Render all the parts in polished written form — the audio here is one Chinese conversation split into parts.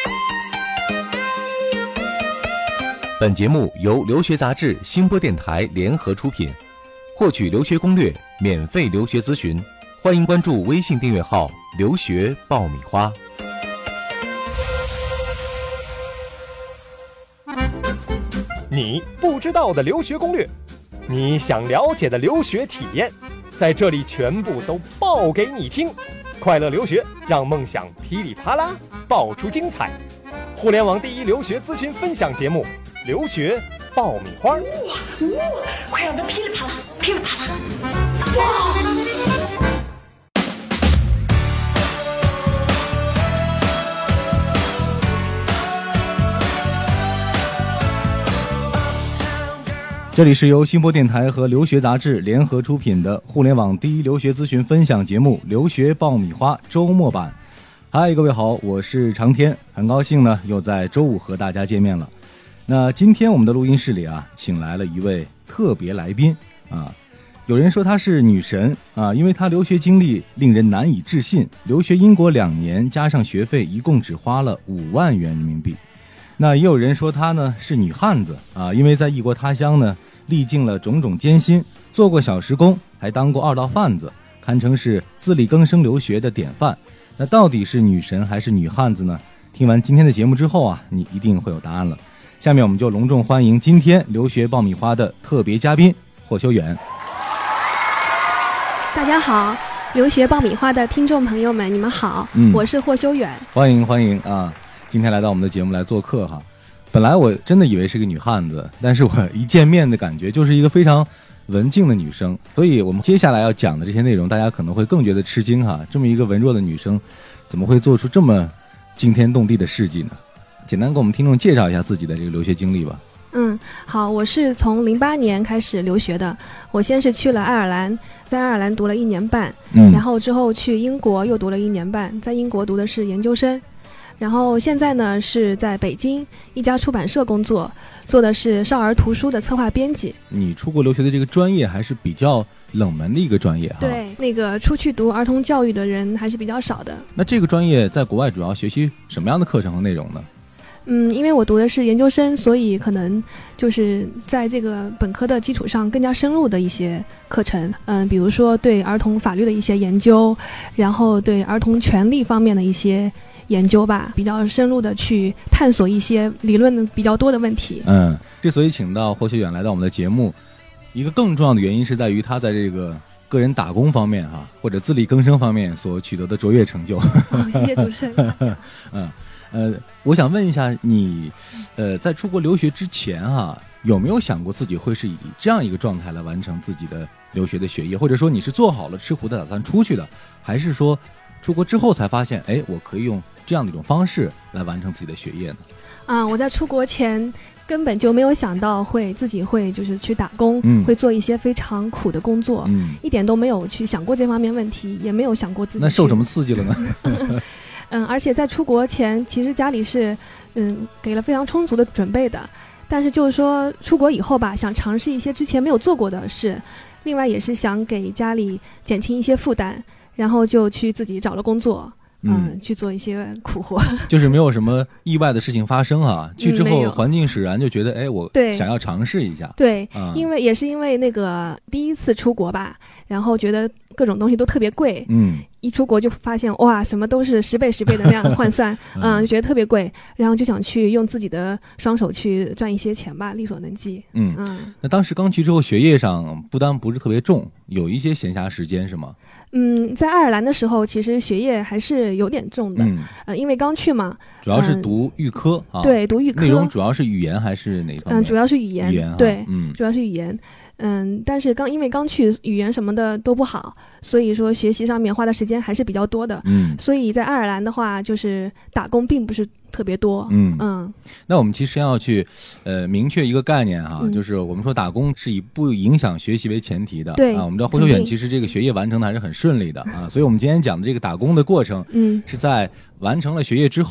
本节目由留学杂志、新播电台联合出品。获取留学攻略、免费留学咨询，欢迎关注微信订阅号“留学爆米花”。 你不知道的留学攻略，你想了解的留学体验，在这里全部都爆给你听。快乐留学，让梦想噼里啪啦爆出精彩。互联网第一留学咨询分享节目《留学爆米花》。 快让它噼里啪啦，噼里啪啦！ 这里是由新播电台和留学杂志联合出品的互联网第一留学咨询分享节目《留学爆米花》周末版。嗨，各位好，我是长天，很高兴呢又在周五和大家见面了。那今天我们的录音室里请来了一位特别来宾有人说她是女神因为她留学经历令人难以置信，留学英国2年加上学费一共只花了5万元人民币。那也有人说她呢是女汉子因为在异国他乡呢历尽了种种艰辛，做过小时工，还当过2道贩子，堪称是自力更生留学的典范。那到底是女神还是女汉子呢？听完今天的节目之后你一定会有答案了。下面我们就隆重欢迎今天留学爆米花的特别嘉宾霍修远。 大家好，留学爆米花的听众朋友们，你们好，我是霍修远。 欢迎今天来到我们的节目来做客本来我真的以为是个女汉子，但是我一见面的感觉就是一个非常文静的女生，所以我们接下来要讲的这些内容大家可能会更觉得吃惊这么一个文弱的女生怎么会做出这么惊天动地的事迹呢？简单给我们听众介绍一下自己的这个留学经历吧。 好，我是从08年开始留学的。我先是去了爱尔兰，在爱尔兰读了1年半，然后之后去英国又读了1年半，在英国读的是研究生。然后现在呢是在北京一家出版社工作，做的是少儿图书的策划编辑。你出国留学的这个专业还是比较冷门的一个专业对，那个出去读儿童教育的人还是比较少的。 那这个专业在国外主要学习什么样的课程和内容呢？ 因为我读的是研究生，所以可能就是在这个本科的基础上更加深入的一些课程。比如说对儿童法律的一些研究，然后对儿童权利方面的一些研究吧，比较深入的去探索一些理论比较多的问题。 之所以请到霍修远来到我们的节目，一个更重要的原因是在于他在这个个人打工方面或者自力更生方面所取得的卓越成就。 谢谢主持人。 我想问一下你，在出国留学之前有没有想过自己会是以这样一个状态来完成自己的留学的学业，或者说你是做好了吃苦的打算出去的，还是说出国之后才发现我可以用这样的一种方式来完成自己的学业呢？ 我在出国前根本就没有想到自己会就是去打工，会做一些非常苦的工作，一点都没有去想过这方面问题，也没有想过自己那受什么刺激了呢？ 而且在出国前其实家里是给了非常充足的准备的，但是就是说出国以后吧，想尝试一些之前没有做过的事，另外也是想给家里减轻一些负担，然后就去自己找了工作，去做一些苦活。 就是没有什么意外的事情发生去之后环境使然，就觉得我想要尝试一下。 对，因为那个第一次出国吧，然后觉得各种东西都特别贵，一出国就发现哇，什么都是10倍的那样的换算，就觉得特别贵，然后就想去用自己的双手去赚一些钱吧，力所能及。 那当时刚去之后，学业上负担不是特别重，有一些闲暇时间是吗？ 在爱尔兰的时候，其实学业还是有点重的，因为刚去嘛， 主要是读预科对，读预科， 内容主要是语言还是哪方面？ 主要是语言，对，主要是语言。但是因为刚去，语言什么的都不好，所以说学习上面花的时间还是比较多的。所以在爱尔兰的话，就是打工并不是特别多。 那我们其实要去明确一个概念就是我们说打工是以不影响学习为前提的。 对我们知道霍修远其实这个学业完成的还是很顺利的所以我们今天讲的这个打工的过程，是在完成了学业之后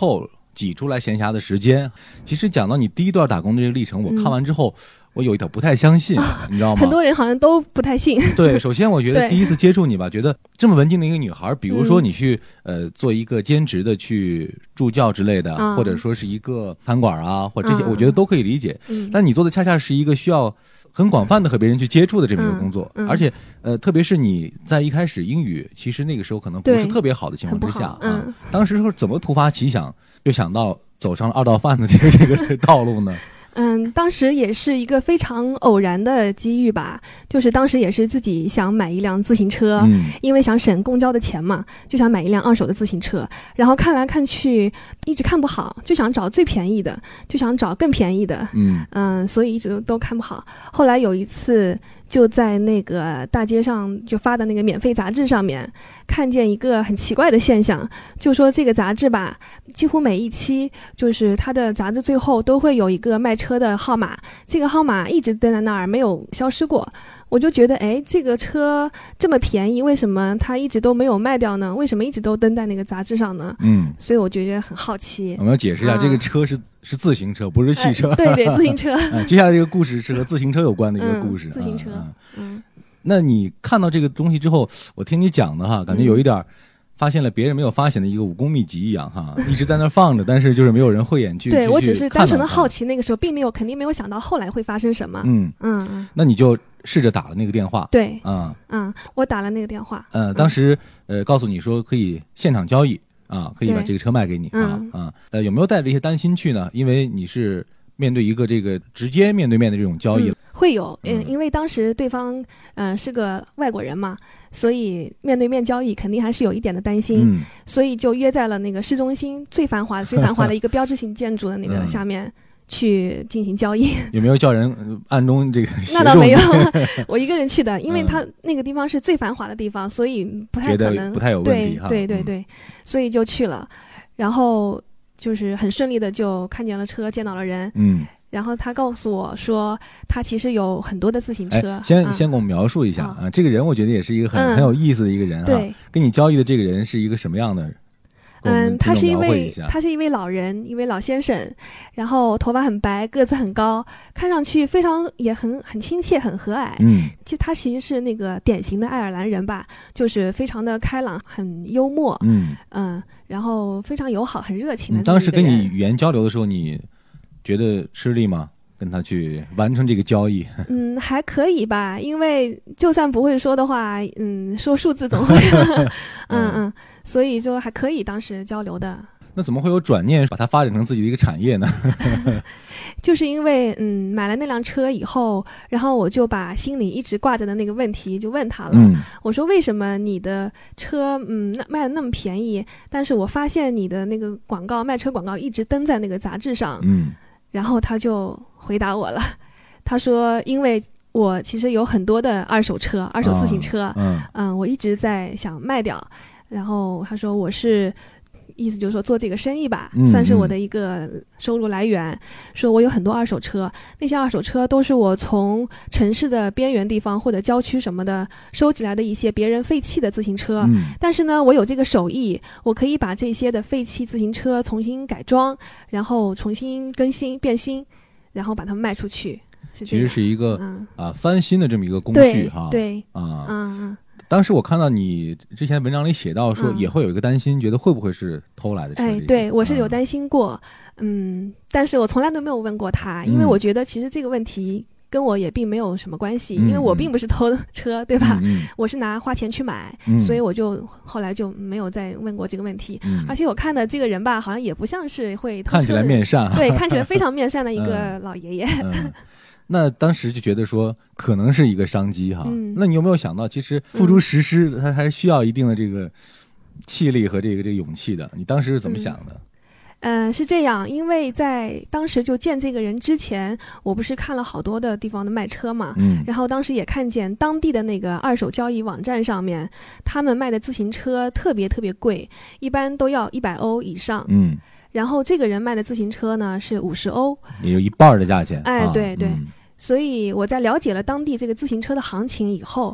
挤出来闲暇的时间。其实讲到你第一段打工的这个历程，我看完之后，我有一点不太相信，你知道吗？ 很多人好像都不太信。 对，首先我觉得第一次接触你吧，觉得这么文静的一个女孩，比如说你去做一个兼职的去助教之类的，或者说是一个餐馆啊，或者这些，我觉得都可以理解。但你做的恰恰是一个需要很广泛的和别人去接触的这么一个工作，而且特别是你在一开始英语其实那个时候可能不是特别好的情况之下当时是怎么突发奇想就想到走上了二道贩子这个道路呢？ 当时也是一个非常偶然的机遇吧，就是当时也是自己想买一辆自行车，因为想省公交的钱嘛，就想买一辆二手的自行车，然后看来看去一直看不好，就想找最便宜的，就想找更便宜的，所以一直都看不好。后来有一次就在那个大街上就发的那个免费杂志上面看见一个很奇怪的现象，就说这个杂志吧，几乎每一期就是它的杂志最后都会有一个卖车的号码，这个号码一直登在那儿没有消失过。我就觉得这个车这么便宜，为什么它一直都没有卖掉呢？为什么一直都登在那个杂志上呢？所以我觉得很好奇。 我们要解释一下，这个车是自行车，不是汽车。 对对，自行车。 接下来这个故事是和自行车有关的一个故事。 自行车。 那你看到这个东西之后，我听你讲的哈，感觉有一点发现了别人没有发现的一个武功秘籍一样哈，一直在那放着，但是就是没有人慧眼去对，我只是单纯的好奇，那个时候并没有肯定没有想到后来会发生什么。 那你就试着打了那个电话。 对，我打了那个电话。 当时告诉你说可以现场交易可以把这个车卖给你有没有带着一些担心去呢？因为你是面对一个这个直接面对面的这种交易会有，因为当时对方是个外国人嘛，所以面对面交易肯定还是有一点的担心，所以就约在了那个市中心最繁华的一个标志性建筑的那个下面去进行交易。有没有叫人暗中这个协助？ 那倒没有，我一个人去的，因为他那个地方是最繁华的地方，所以不太可能， 不太有问题哈。 对，所以就去了，然后就是很顺利的就看见了车，见到了人，然后他告诉我说他其实有很多的自行车。 先给我们描述一下这个人我觉得也是一个很有意思的一个人对， 跟你交易的这个人是一个什么样的人？ 他是一位老人，一位老先生，然后头发很白，个子很高，看上去非常也很亲切，很和蔼。就他其实是那个典型的爱尔兰人吧，就是非常的开朗，很幽默，然后非常友好，很热情的。 当时跟你语言交流的时候，你觉得吃力吗？跟他去完成这个交易？ 还可以吧，因为就算不会说的话，说数字总会，所以就还可以当时交流的。 那怎么会有转念把它发展成自己的一个产业呢？ 就是因为买了那辆车以后，然后我就把心里一直挂着的那个问题就问他了。我说为什么你的车卖的那么便宜，但是我发现你的那个广告卖车广告一直登在那个杂志上。然后他就回答我了，他说因为我其实有很多的二手自行车，我一直在想卖掉，然后他说意思就是说做这个生意吧，算是我的一个收入来源。说我有很多二手车，那些二手车都是我从城市的边缘地方或者郊区什么的收集来的一些别人废弃的自行车，但是呢我有这个手艺，我可以把这些的废弃自行车重新改装，然后重新更新变新，然后把它们卖出去。其实是一个翻新的这么一个工序哈。 对当时我看到你之前文章里写到说也会有一个担心，觉得会不会是偷来的车？ 对，我是有担心过，但是我从来都没有问过他，因为我觉得其实这个问题跟我也并没有什么关系，因为我并不是偷车，对吧？我是花钱去买，所以我就后来就没有再问过这个问题。而且我看的这个人吧，好像也不像是会偷车的， 看起来面善， 对，看起来非常面善的一个老爷爷。 那当时就觉得说可能是一个商机哈。那你有没有想到其实付诸实施它还需要一定的这个气力和这个勇气的？你当时是怎么想的？ 是这样，因为在当时就见这个人之前，我不是看了好多的地方的卖车嘛，然后当时也看见当地的那个二手交易网站上面，他们卖的自行车特别特别贵，一般都要100欧以上。然后这个人卖的自行车呢是50欧， 也有一半的价钱。 对，所以我在了解了当地这个自行车的行情以后，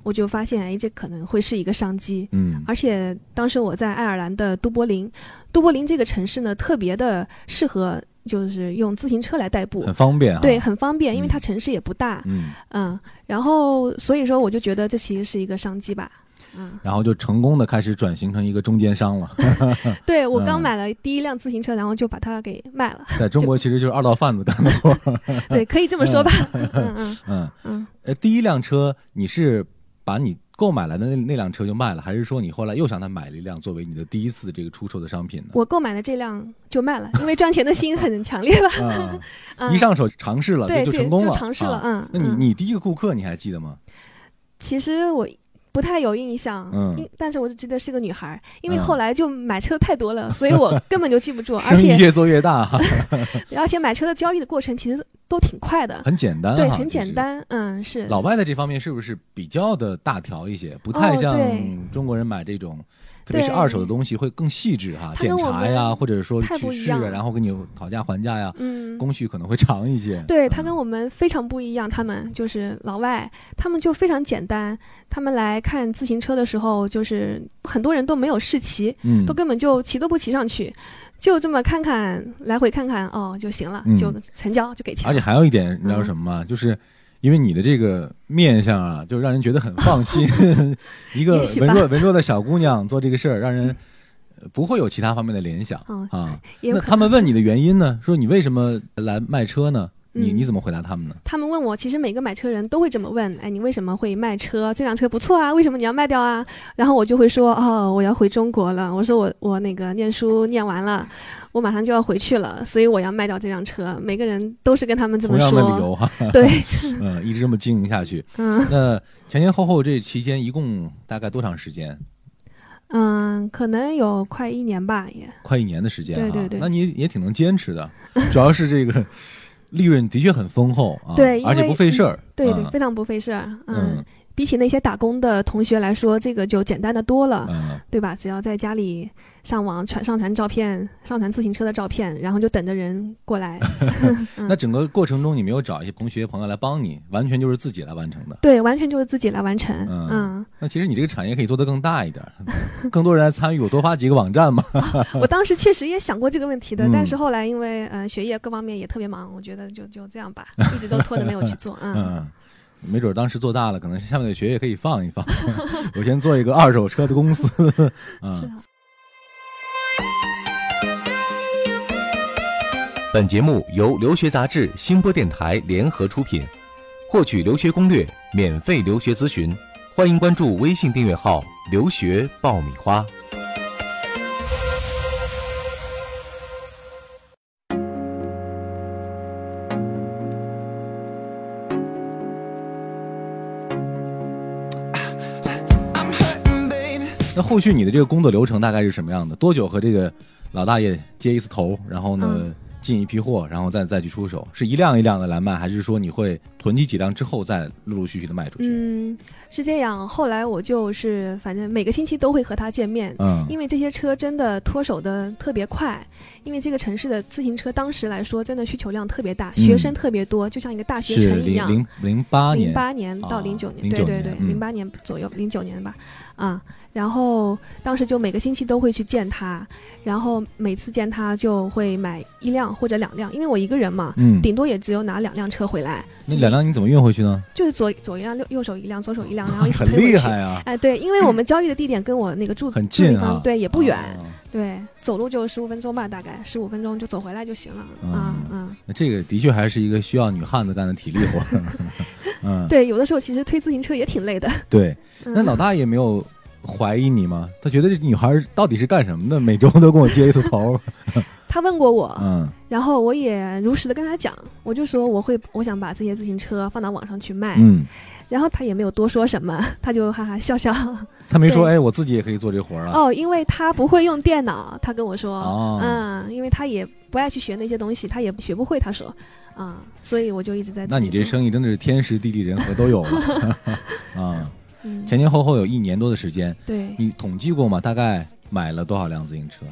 我就发现，哎，这可能会是一个商机。 嗯， 而且当时我在爱尔兰的都柏林这个城市呢，特别的适合就是用自行车来代步， 很方便啊。 对，很方便，因为它城市也不大。然后所以说我就觉得这其实是一个商机吧。 然后就成功的开始转型成一个中间商了。 对，我刚买了第一辆自行车，然后就把它给卖了。 在中国其实就是二道贩子干的活。 对，可以这么说吧。 第一辆车你是把你购买来的那辆车就卖了，还是说你后来又想再买了一辆作为你的第一次这个出售的商品呢？ 我购买的这辆就卖了，因为赚钱的心很强烈吧。 一上手尝试了， 对， 就成功了， 就尝试了。 那你第一个顾客你还记得吗？ 其实我不太有印象，但是我就记得是个女孩，因为后来就买车太多了，所以我根本就记不住。 生意越做越大。 而且买车的交易的过程其实都挺快的， 很简单。 对，很简单。是。 老外在这方面是不是比较的大条一些？不太像中国人买这种，特别是二手的东西会更细致哈，检查呀，或者说去试啊，然后跟你讨价还价呀，工序可能会长一些。 对，他跟我们非常不一样，他们就是老外，他们就非常简单。他们来看自行车的时候，就是很多人都没有试骑，都根本就骑都不骑上去，就这么看看，来回看看，就行了，就成交，就给钱。 而且还有一点，你知道什么吗？就是因为你的这个面相啊，就让人觉得很放心。一个文弱的小姑娘做这个事儿，让人不会有其他方面的联想啊。那他们问你的原因呢？说你为什么来卖车呢？你怎么回答他们呢？ 他们问我，其实每个买车人都会这么问，哎，你为什么会卖车？这辆车不错啊，为什么你要卖掉啊？然后我就会说，我要回中国了。我说我那个念书念完了，我马上就要回去了，所以我要卖掉这辆车。每个人都是跟他们这么说。 同样的理由哈。 对。 一直这么经营下去。那前后这期间一共大概多长时间？ 可能有快1年吧，也。 快1年的时间。 对。 那你也挺能坚持的，主要是这个。利润的确很丰厚啊， 对， 而且不费事儿， 对，非常不费事儿。比起那些打工的同学来说，这个就简单的多了，对吧？只要在家里上网上传照片，上传自行车的照片，然后就等着人过来。 那整个过程中你没有找一些同学朋友来帮你，完全就是自己来完成的？ 对，完全就是自己来完成。 那其实你这个产业可以做得更大一点，更多人来参与，我多发几个网站嘛。 我当时确实也想过这个问题的，但是后来因为学业各方面也特别忙，我觉得就这样吧，一直都拖着没有去做。 没准当时做大了，可能下面的学业可以放一放。我先做一个二手车的公司。是的。 本节目由留学杂志、新播电台联合出品。获取留学攻略、免费留学咨询，欢迎关注微信订阅号“留学爆米花”。 那后续你的这个工作流程大概是什么样的？多久和这个老大爷接一次头，然后呢进一批货，然后再去出手？是一辆一辆的来卖，还是说你会囤积几辆之后再陆陆续续的卖出去？ 是这样。后来我就是反正每个星期都会和他见面，因为这些车真的脱手的特别快。因为这个城市的自行车当时来说真的需求量特别大，学生特别多，就像一个大学城一样。08年到09年，对，08年左右，09年吧。然后当时就每个星期都会去见他，然后每次见他就会买1辆或者2辆，因为我一个人嘛，顶多也只有拿2辆车回来。 那2辆你怎么运回去呢？ 就是左一辆，右手1辆，左手1辆，然后一起推回去。 很厉害啊！ 对，因为我们交易的地点跟我那个住很近地方，对，也不远，对，走路就15分钟吧，大概15分钟就走回来就行了。 那这个的确还是一个需要女汉子干的体力活。 对，有的时候其实推自行车也挺累的。 对，那老大爷没有怀疑你吗？他觉得这女孩到底是干什么的？每周都跟我接一次头。 他问过我，然后我也如实的跟他讲，我就说我想把这些自行车放到网上去卖，然后他也没有多说什么，他就哈哈笑笑。 他没说哎，我自己也可以做这活啊。 因为他不会用电脑，他跟我说，因为他也不爱去学那些东西，他也学不会，他说，所以我就一直在自己做。 那你这生意真的是天时地利人和都有了。前后有1年多的时间。 对， 你统计过吗？大概买了多少辆自行车？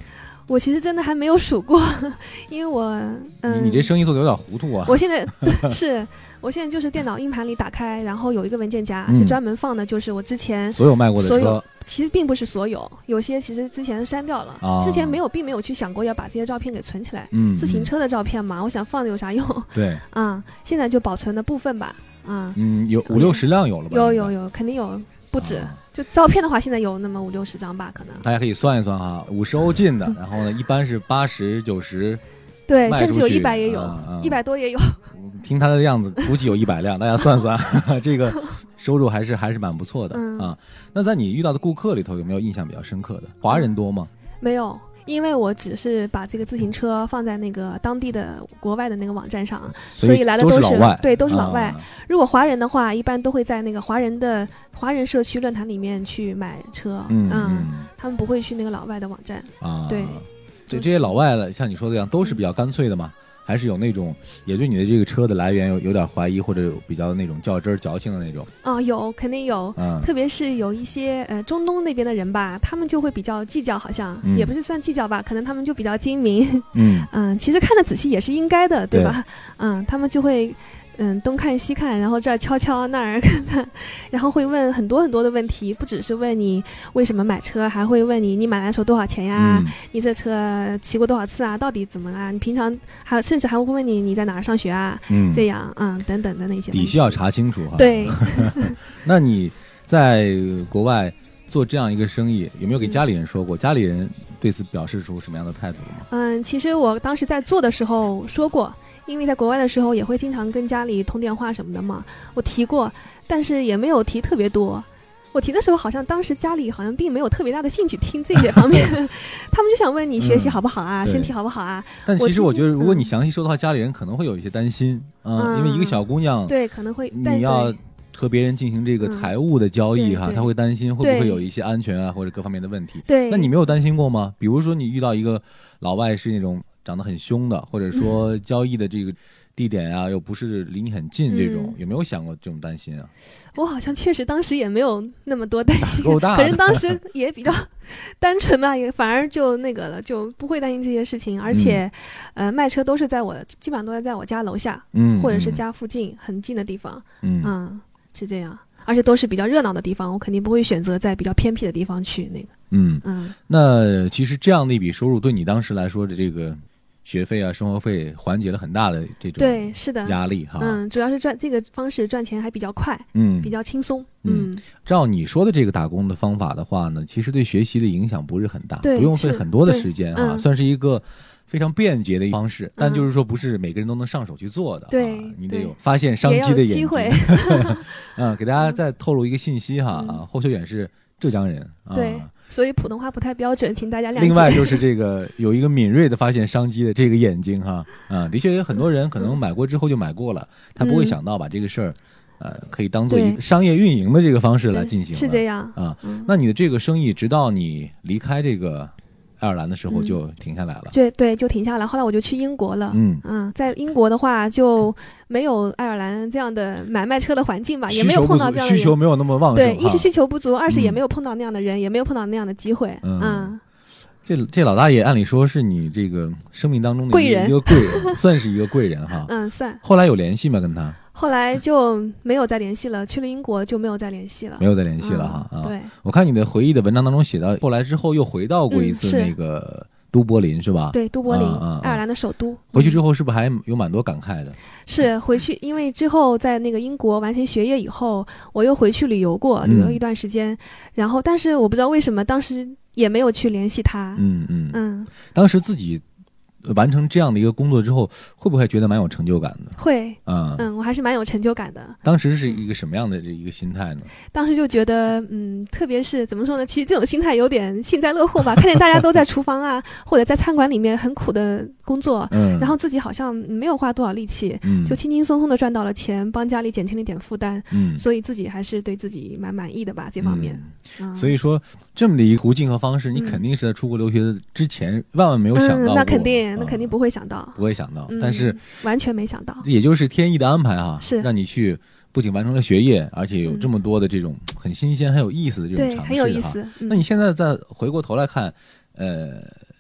我其实真的还没有数过，因为我你这生意做的有点糊涂啊。 我现在我现在就是电脑硬盘里打开，然后有一个文件夹是专门放的，就是我之前所有卖过的车。 其实并不是所有，有些其实之前删掉了，之前并没有去想过要把这些照片给存起来。自行车的照片嘛，我想放着有啥用？对，现在就保存了部分吧。 有50-60辆有了吧？ 有，肯定有不止。就照片的话，现在有那么50-60张吧，可能。 大家可以算一算哈，50欧进的，然后呢，一般是80-90。 对，甚至有100也有，100多也有。 听他的样子，估计有100辆，大家算算，这个收入还是蛮不错的啊。那在你遇到的顾客里头，有没有印象比较深刻的？华人多吗？ 没有，因为我只是把这个自行车放在那个当地的国外的那个网站上，所以来的都是老外， 对，都是老外。如果华人的话，一般都会在那个华人社区论坛里面去买车，他们不会去那个老外的网站啊。对。 这些老外了，像你说的一样，都是比较干脆的嘛？还是有那种也对你的这个车的来源有点怀疑，或者有比较那种较真儿矫情的那种？ 有，肯定有。特别是有一些中东那边的人吧，他们就会比较计较，好像也不是算计较吧，可能他们就比较精明。其实看得仔细也是应该的，对吧？他们就会。东看西看，然后这儿敲敲那儿看，然后会问很多很多的问题，不只是问你为什么买车，还会问你买来的时候多少钱呀？你这车骑过多少次啊？到底怎么啊？你平常甚至还会问你在哪儿上学啊？这样等等的那些底需要查清楚哈。 对。 那你在国外做这样一个生意，有没有给家里人说过？家里人对此表示出什么样的态度吗？ 其实我当时在做的时候说过。因为在国外的时候也会经常跟家里通电话什么的嘛，我提过，但是也没有提特别多。我提的时候好像当时家里好像并没有特别大的兴趣听这些方面，他们就想问你学习好不好啊，身体好不好啊。 但其实我觉得如果你详细说的话，家里人可能会有一些担心因为一个小姑娘对可能会你要和别人进行这个财务的交易哈，他会担心会不会有一些安全啊或者各方面的问题。 对， 那你没有担心过吗？比如说你遇到一个老外是那种长得很凶的，或者说交易的这个地点啊又不是离你很近，这种有没有想过这种担心啊？ 我好像确实当时也没有那么多担心，可是当时也比较单纯吧，也反而就那个了，就不会担心这些事情。而且卖车都是基本上都是在我家楼下，或者是家附近很近的地方，是这样。而且都是比较热闹的地方，我肯定不会选择在比较偏僻的地方去那个。 那其实这样的一笔收入对你当时来说的这个学费啊、生活费缓解了很大的这种对是的压力哈。 主要是这个方式赚钱还比较快，比较轻松。 照你说的这个打工的方法的话呢，其实对学习的影响不是很大，不用费很多的时间啊，算是一个非常便捷的方式，但就是说不是每个人都能上手去做的。 对， 你得有发现商机的眼睛。 机会。 给大家再透露一个信息哈侯秋远是浙江人对。所以普通话不太标准，请大家谅解。 另外就是这个有一个敏锐的发现商机的这个眼睛哈，的确有很多人可能买过之后就买过了，他不会想到把这个事儿，可以当做一个商业运营的这个方式来进行。 是这样啊。那你的这个生意，直到你离开这个爱尔兰的时候就停下来了。 对，就停下来。后来我就去英国了。在英国的话就没有爱尔兰这样的卖车的环境吧，也没有碰到这样的人， 需求没有那么旺盛。 对，一是需求不足，二是也没有碰到那样的人，也没有碰到那样的机会。 这老大爷按理说是你这个生命当中的一个贵人，算是一个贵人哈。 算。 后来有联系吗？跟他？ 后来就没有再联系了，去了英国就没有再联系了。 没有再联系了哈。 对。 我看你的回忆的文章当中写到，后来之后又回到过一次那个都柏林是吧？ 对，都柏林，爱尔兰的首都。 回去之后是不是还有蛮多感慨的？ 是回去，因为之后在那个英国完成学业以后，我又回去旅游过，旅游一段时间。然后，但是我不知道为什么当时也没有去联系他。 当时自己完成这样的一个工作之后，会不会觉得蛮有成就感的？ 会，我还是蛮有成就感的。 当时是一个什么样的这一个心态呢？ 当时就觉得，特别是怎么说呢？其实这种心态有点幸灾乐祸吧。看见大家都在厨房啊，或者在餐馆里面很苦的工作，然后自己好像没有花多少力气，就轻轻松松的赚到了钱，帮家里减轻了一点负担，所以自己还是对自己蛮满意的吧，这方面。 所以说，这么的一个途径和方式，你肯定是在出国留学之前万万没有想到过。 那肯定不会想到， 但是完全没想到， 也就是天意的安排哈， 是让你去不仅完成了学业，而且有这么多的这种很新鲜、很有意思的这种尝试， 很有意思。 那你现在再回过头来看，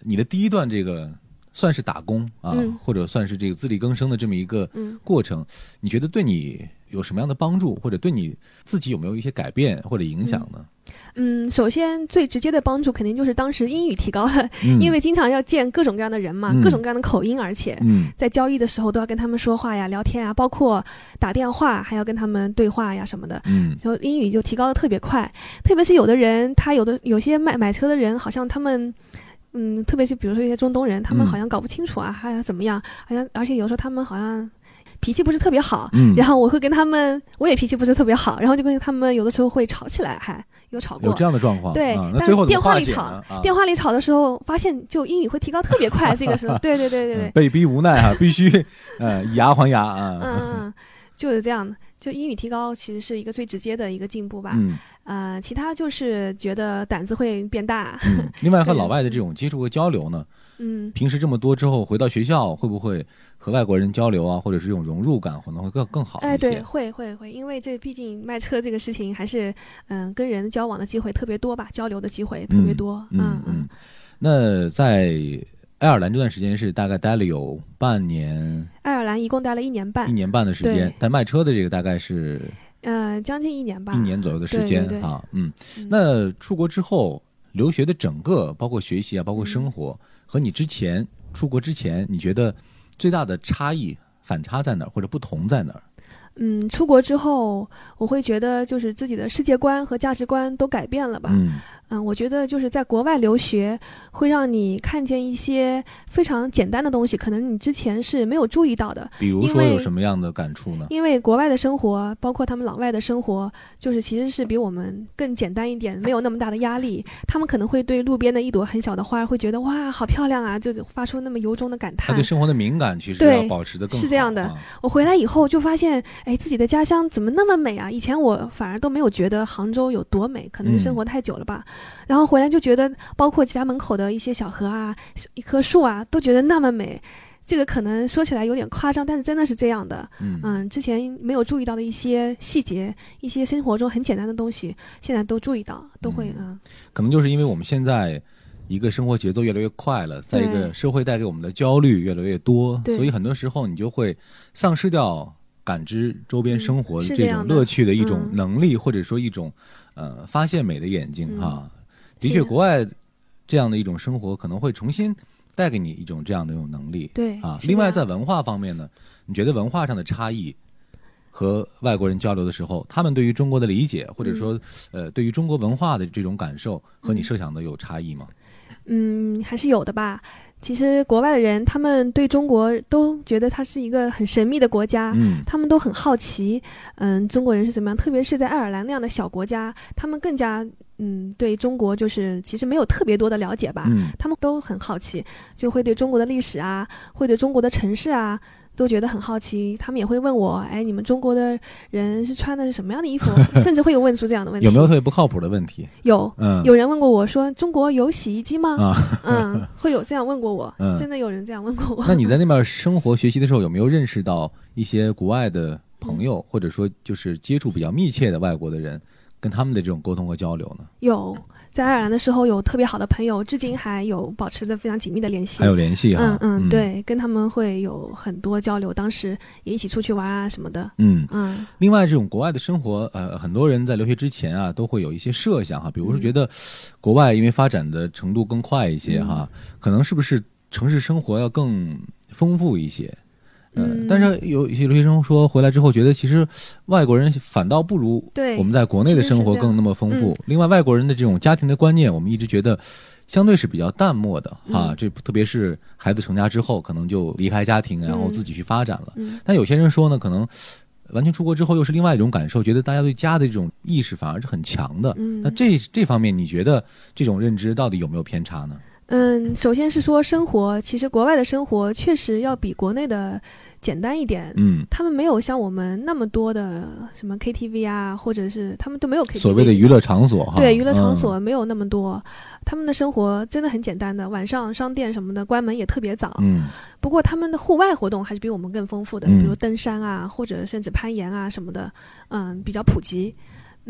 你的第一段这个算是打工啊，或者算是这个自力更生的这么一个过程，你觉得对你有什么样的帮助，或者对你自己有没有一些改变或者影响呢？ 首先最直接的帮助肯定就是当时英语提高了，因为经常要见各种各样的人嘛，各种各样的口音，而且在交易的时候都要跟他们说话呀、聊天啊，包括打电话还要跟他们对话呀什么的，就英语就提高的特别快。特别是有的人，有些买车的人，好像他们。特别是比如说一些中东人，他们好像搞不清楚啊，还要怎么样，好像而且有时候他们好像脾气不是特别好，然后我会跟他们，我也脾气不是特别好，然后就跟他们有的时候会吵起来，还有吵过， 有这样的状况。 对， 那最后电话里吵的时候，发现就英语会提高特别快，这个时候，对， 被逼无奈啊，必须以牙还牙啊， 就是这样的，就英语提高其实是一个最直接的一个进步吧。其他就是觉得胆子会变大。 另外和老外的这种接触和交流呢，平时这么多之后回到学校，会不会和外国人交流啊，或者是这种融入感可能会更好一些？ 对，会，因为这毕竟卖车这个事情还是跟人交往的机会特别多吧，交流的机会特别多。 那在爱尔兰这段时间是大概待了有半年， 爱尔兰一共待了1年半，1 年半的时间，但卖车的这个大概是将近1年吧，1 年左右的时间啊。那出国之后留学的整个包括学习啊，包括生活，和你之前出国之前，你觉得最大的差异反差在哪儿，或者不同在哪儿？ 出国之后我会觉得就是自己的世界观和价值观都改变了吧。我觉得就是在国外留学会让你看见一些非常简单的东西，可能你之前是没有注意到的。 比如说有什么样的感触呢？ 因为国外的生活，包括他们老外的生活，就是其实是比我们更简单一点，没有那么大的压力。他们可能会对路边的一朵很小的花会觉得哇好漂亮啊，就发出那么由衷的感叹。 他对生活的敏感其实要保持得更好。 是这样的。我回来以后就发现自己的家乡怎么那么美啊，以前我反而都没有觉得杭州有多美，可能是生活太久了吧。然后回来就觉得包括家门口的一些小河啊，一棵树啊，都觉得那么美。这个可能说起来有点夸张，但是真的是这样的。之前没有注意到的一些细节，一些生活中很简单的东西，现在都注意到，都会可能就是因为我们现在一个生活节奏越来越快了，在一个社会带给我们的焦虑越来越多，所以很多时候你就会丧失掉感知周边生活的这种乐趣的一种能力，或者说一种发现美的眼睛哈。的确，国外这样的一种生活可能会重新带给你一种这样的一种能力。 对啊。另外，在文化方面呢，你觉得文化上的差异和外国人交流的时候，他们对于中国的理解，或者说对于中国文化的这种感受，和你设想的有差异吗？ 还是有的吧。其实国外的人他们对中国都觉得它是一个很神秘的国家，他们都很好奇中国人是怎么样，特别是在爱尔兰那样的小国家，他们更加对中国就是其实没有特别多的了解吧，他们都很好奇，就会对中国的历史啊，会对中国的城市啊都觉得很好奇。他们也会问我，你们中国的人是穿的是什么样的衣服甚至会有问出这样的问题。 有没有特别不靠谱的问题？ 有人问过我说中国有洗衣机吗？会有这样问过我，真的有人这样问过我。 那你在那边生活学习的时候，有没有认识到一些国外的朋友，或者说就是接触比较密切的外国的人，跟他们的这种沟通和交流呢？ 有，在爱尔兰的时候有特别好的朋友，至今还有保持的非常紧密的联系。 还有联系啊？ 对，跟他们会有很多交流，当时也一起出去玩啊什么的。 另外，这种国外的生活，很多人在留学之前啊，都会有一些设想哈，比如说觉得国外因为发展的程度更快一些哈，可能是不是城市生活要更丰富一些？但是有一些留学生说回来之后觉得其实外国人反倒不如我们在国内的生活更那么丰富。另外，外国人的这种家庭的观念，我们一直觉得相对是比较淡漠的哈。这特别是孩子成家之后，可能就离开家庭，然后自己去发展了。但有些人说呢，可能完全出国之后又是另外一种感受，觉得大家对家的这种意识反而是很强的。那这方面你觉得这种认知到底有没有偏差呢？ 首先是说生活，其实国外的生活确实要比国内的简单一点。他们没有像我们那么多的什么 KTV 啊，或者是他们都没有 KTV 所谓的娱乐场所哈。 对，娱乐场所没有那么多，他们的生活真的很简单的，晚上商店什么的关门也特别早。不过他们的户外活动还是比我们更丰富的，比如登山啊，或者甚至攀岩啊什么的，比较普及。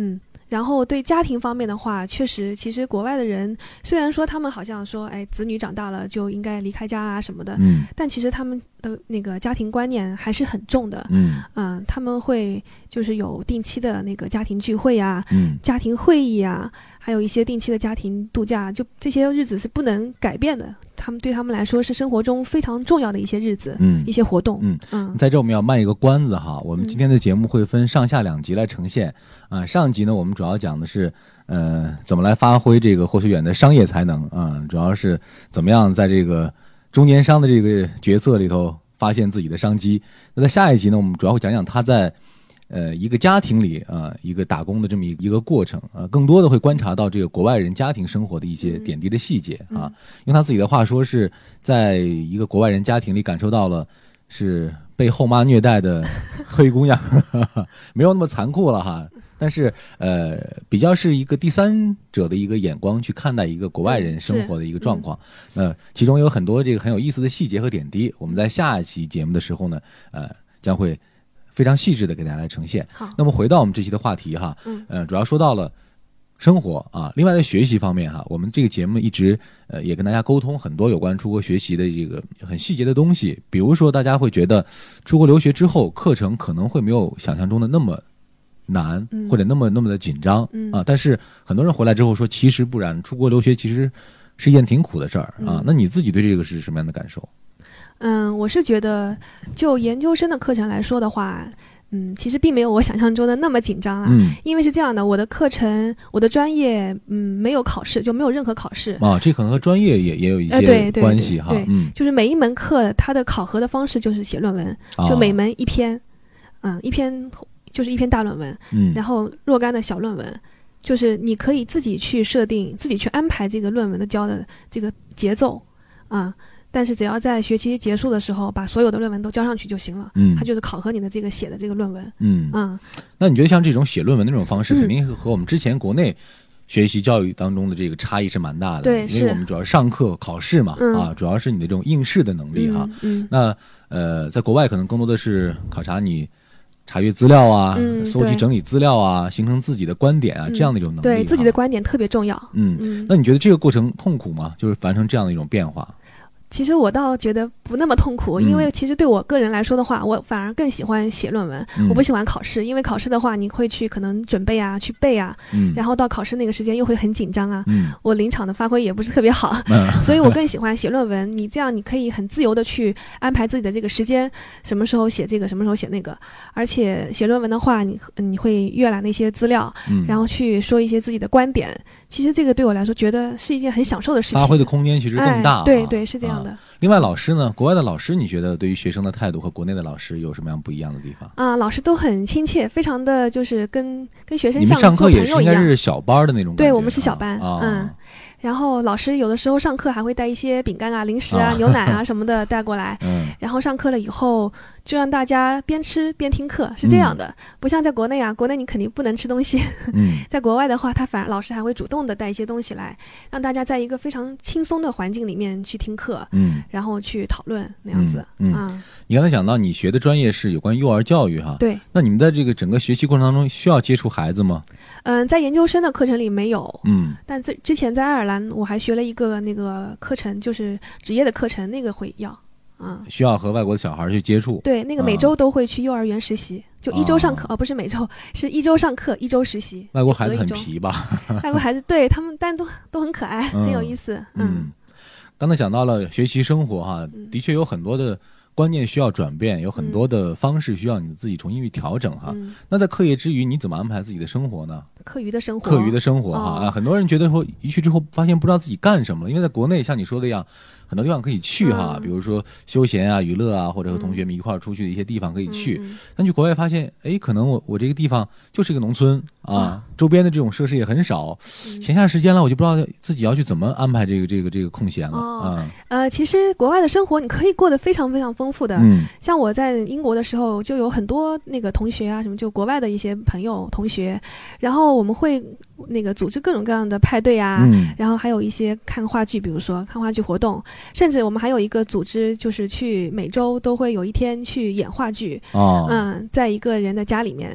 然后对家庭方面的话，确实，其实国外的人虽然说他们好像说，哎，子女长大了就应该离开家啊什么的，但其实他们的那个家庭观念还是很重的，他们会就是有定期的那个家庭聚会啊，家庭会议啊，还有一些定期的家庭度假，就这些日子是不能改变的。对他们来说是生活中非常重要的一些日子，一些活动。 在这我们要卖一个关子哈，我们今天的节目会分上下2集来呈现。上集呢，我们主要讲的是怎么来发挥这个霍学远的商业才能主要是怎么样在这个中年商的这个角色里头发现自己的商机。那在下一集呢，我们主要会讲讲他在一个家庭里一个打工的这么一个过程更多的会观察到这个国外人家庭生活的一些点滴的细节用他自己的话说是在一个国外人家庭里感受到了是被后妈虐待的灰姑娘没有那么残酷了哈，但是比较是一个第三者的一个眼光去看待一个国外人生活的一个状况。其中有很多这个很有意思的细节和点滴，我们在下一期节目的时候呢将会非常细致的给大家来呈现。 好， 那么回到我们这期的话题哈，主要说到了生活另外在学习方面哈，我们这个节目一直也跟大家沟通很多有关出国学习的这个很细节的东西，比如说大家会觉得出国留学之后课程可能会没有想象中的那么难，或者那么的紧张但是很多人回来之后说其实不然，出国留学其实是一件挺苦的事儿那你自己对这个是什么样的感受？ 我是觉得就研究生的课程来说的话，其实并没有我想象中的那么紧张因为是这样的，我的课程我的专业没有考试，就没有任何考试这可能和专业也有一些关系哈。 就是每一门课它的考核的方式就是写论文就每门一篇一篇就是一篇大论文然后若干的小论文，就是你可以自己去设定自己去安排这个论文的交的这个节奏但是只要在学期结束的时候把所有的论文都交上去就行了它就是考核你的这个写的这个论文那你觉得像这种写论文的这种方式肯定和我们之前国内学习教育当中的这个差异是蛮大的， 对， 因为我们主要是上课考试嘛主要是你的这种应试的能力那在国外可能更多的是考察你查阅资料搜集整理资料形成自己的观点这样的一种能力对自己的观点特别重要那你觉得这个过程痛苦吗？就是完成这样的一种变化？ 其实我倒觉得不那么痛苦因为其实对我个人来说的话，我反而更喜欢写论文我不喜欢考试，因为考试的话你会去可能准备去背然后到考试那个时间又会很紧张我临场的发挥也不是特别好所以我更喜欢写论文你这样你可以很自由的去安排自己的这个时间，什么时候写这个什么时候写那个，而且写论文的话你会阅览那些资料然后去说一些自己的观点，其实这个对我来说觉得是一件很享受的事情， 发挥的空间其实更大对是这样的另外老师呢，国外的老师你觉得对于学生的态度和国内的老师有什么样不一样的地方老师都很亲切，非常的就是跟学生像做朋友一样。你们上课也是应该是小班的那种感觉？ 对，我们是小班然后老师有的时候上课还会带一些饼干零食牛奶什么的带过来然后上课了以后就让大家边吃边听课，是这样的不像在国内国内你肯定不能吃东西在国外的话他反而老师还会主动的带一些东西来，让大家在一个非常轻松的环境里面去听课然后去讨论那样子你刚才讲到你学的专业是有关幼儿教育对， 那你们在这个整个学习过程当中需要接触孩子吗？ 在研究生的课程里没有但之前在爱尔兰我还学了一个那个课程，就是职业的课程，那个会要需要和外国的小孩去接触。 对，那个每周都会去幼儿园实习就一周上课不是每周，是一周上课一周实习。 外国孩子很皮吧？ 外国孩子对他们但都很可爱很有意思刚才讲到了学习生活的确有很多的观念需要转变，有很多的方式需要你自己重新去调整那在课业之余你怎么安排自己的生活呢？ 课余的生活很多人觉得说一去之后发现不知道自己干什么了，因为在国内像你说的一样很多地方可以去比如说休闲娱乐或者和同学们一块儿出去的一些地方可以去但去国外发现可能我这个地方就是一个农村周边的这种设施也很少闲下时间了我就不知道自己要去怎么安排这个空闲了其实国外的生活你可以过得非常非常丰富的像我在英国的时候就有很多那个同学什么就国外的一些朋友同学，然后我们会那个组织各种各样的派对然后还有一些看话剧，比如说看话剧活动，甚至我们还有一个组织就是去每周都会有一天去演话剧在一个人的家里面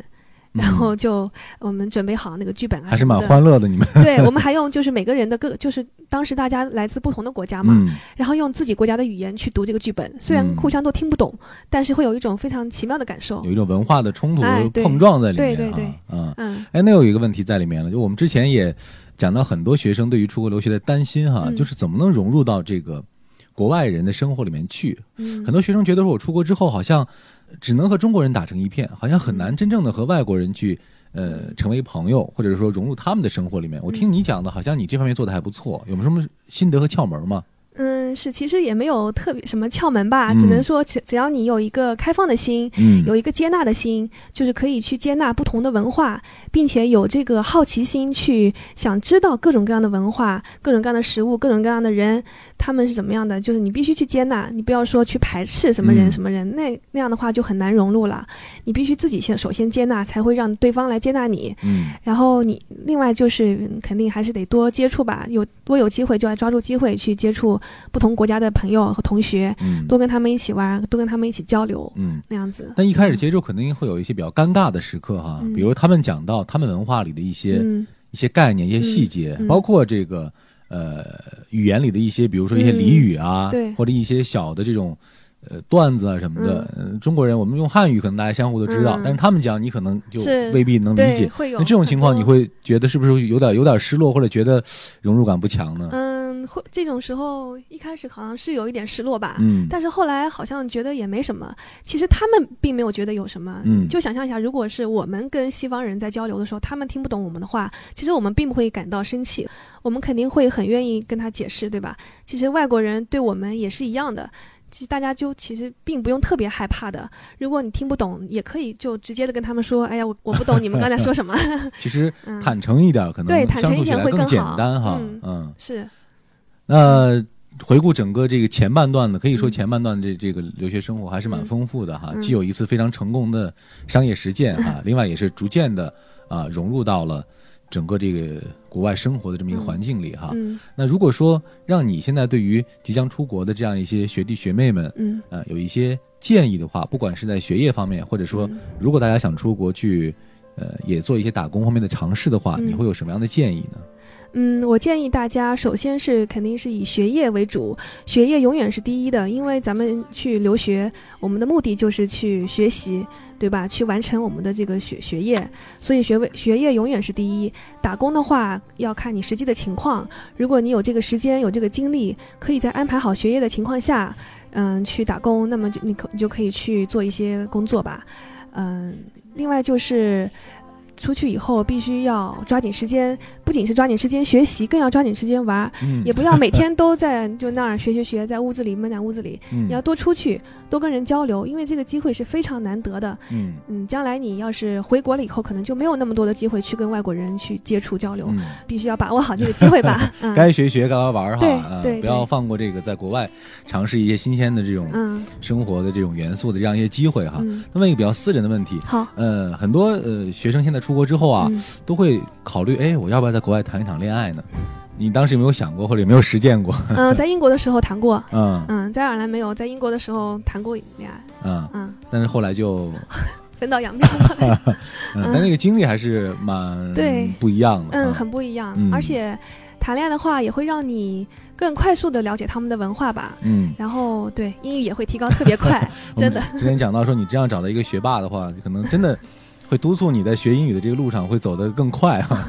然后就我们准备好那个剧本啊， 还是蛮欢乐的。你们对，我们还用就是每个人的就是当时大家来自不同的国家嘛，然后用自己国家的语言去读这个剧本，虽然互相都听不懂，但是会有一种非常奇妙的感受， 有一种文化的冲突碰撞在里面。 对， 那有一个问题在里面了，就我们之前也讲到很多学生对于出国留学的担心哈，就是怎么能融入到这个国外人的生活里面去。很多学生觉得说我出国之后好像只能和中国人打成一片，好像很难真正的和外国人去成为朋友，或者说融入他们的生活里面。我听你讲的好像你这方面做的还不错，有没有什么心得和窍门吗？ 是，其实也没有特别什么窍门吧，只能说只要你有一个开放的心，有一个接纳的心，就是可以去接纳不同的文化，并且有这个好奇心去想知道各种各样的文化、各种各样的食物、各种各样的人，他们是怎么样的，就是你必须去接纳，你不要说去排斥什么人什么人，那样的话就很难融入了。你必须自己首先接纳，才会让对方来接纳你。然后你另外就是肯定还是得多接触吧，有机会就要抓住机会去接触不同国家的朋友和同学，多跟他们一起玩，多跟他们一起交流，那样子。 但一开始接触肯定会有一些比较尴尬的时刻哈，比如他们讲到他们文化里的一些概念、一些细节，包括这个语言里的一些，比如说一些俚语啊，或者一些小的这种段子啊什么的。中国人我们用汉语可能大家相互都知道，但是他们讲你可能就未必能理解。那这种情况你会觉得是不是有点失落，或者觉得融入感不强呢？ 这种时候一开始好像是有一点失落吧，但是后来好像觉得也没什么。其实他们并没有觉得有什么，就想象一下，如果是我们跟西方人在交流的时候，他们听不懂我们的话，其实我们并不会感到生气，我们肯定会很愿意跟他解释，对吧？其实外国人对我们也是一样的。其实大家其实并不用特别害怕的，如果你听不懂也可以就直接的跟他们说，哎呀我不懂你们刚才说什么。 其实坦诚一点可能相处起来更简单哈。 是。 那回顾整个这个前半段呢，可以说前半段这个留学生活还是蛮丰富的哈，既有一次非常成功的商业实践哈，另外也是逐渐的融入到了整个这个国外生活的这么一个环境里哈。那如果说让你现在对于即将出国的这样一些学弟学妹们有一些建议的话，不管是在学业方面，或者说如果大家想出国去也做一些打工方面的尝试的话，你会有什么样的建议呢？ 我建议大家首先是肯定是以学业为主，学业永远是第一的，因为咱们去留学，我们的目的就是去学习，对吧？去完成我们的这个学业，所以学业永远是第一。打工的话要看你实际的情况，如果你有这个时间有这个精力，可以在安排好学业的情况下去打工，那么你就可以去做一些工作吧。另外就是出去以后必须要抓紧时间，不仅是抓紧时间学习，更要抓紧时间玩，也不要每天都在就那儿学，在屋子里闷在屋子里，你要多出去，多跟人交流，因为这个机会是非常难得的。将来你要是回国了以后，可能就没有那么多的机会去跟外国人去接触交流，必须要把握好这个机会吧。 该学该玩哈， 对， 不要放过这个在国外尝试一些新鲜的这种生活的这种元素的这样一些机会哈。那么一个比较私人的问题， 好， 很多学生现在出国之后啊，都会考虑，我要不要在国外谈一场恋爱呢？你当时有没有想过，或者有没有实践过？ 在英国的时候谈过，在爱尔兰没有，在英国的时候谈过恋爱， 但是后来就分道扬镳了。 但那个经历还是蛮不一样的， 很不一样，而且谈恋爱的话也会让你更快速的了解他们的文化吧，然后对英语也会提高特别快，真的。 之前讲到说，你这样找到一个学霸的话，可能真的会督促你在学英语的这个路上会走得更快哈。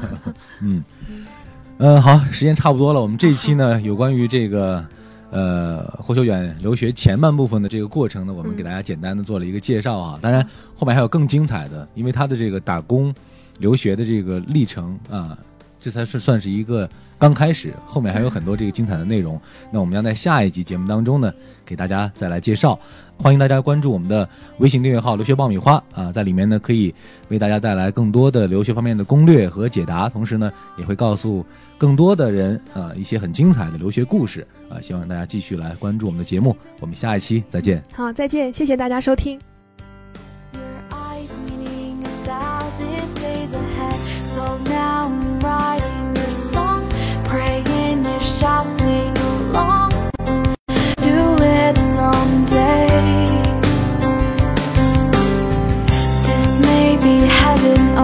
好，时间差不多了，我们这一期呢有关于这个霍修远留学前半部分的这个过程呢，我们给大家简单的做了一个介绍啊。当然后面还有更精彩的，因为他的这个打工留学的这个历程啊，这才是算是一个刚开始，后面还有很多这个精彩的内容。那我们要在下一集节目当中呢给大家再来介绍。欢迎大家关注我们的微信订阅号留学爆米花啊，在里面呢可以为大家带来更多的留学方面的攻略和解答，同时呢也会告诉更多的人一些很精彩的留学故事啊，希望大家继续来关注我们的节目，我们下一期再见。 好，再见，谢谢大家收听。Someday this may be heaven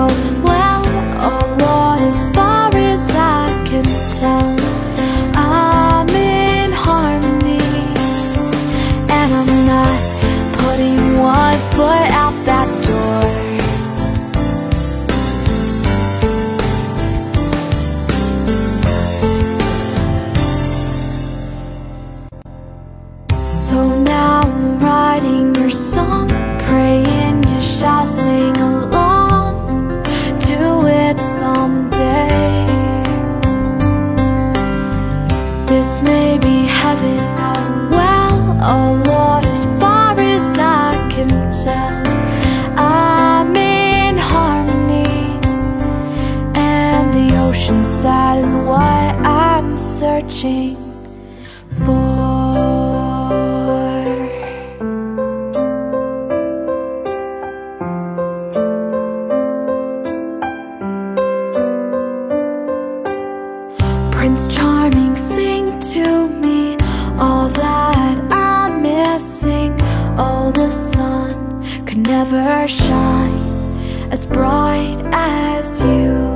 Prince Charming, sing to me all that I'm missing. Oh, the sun could never shine as bright as you.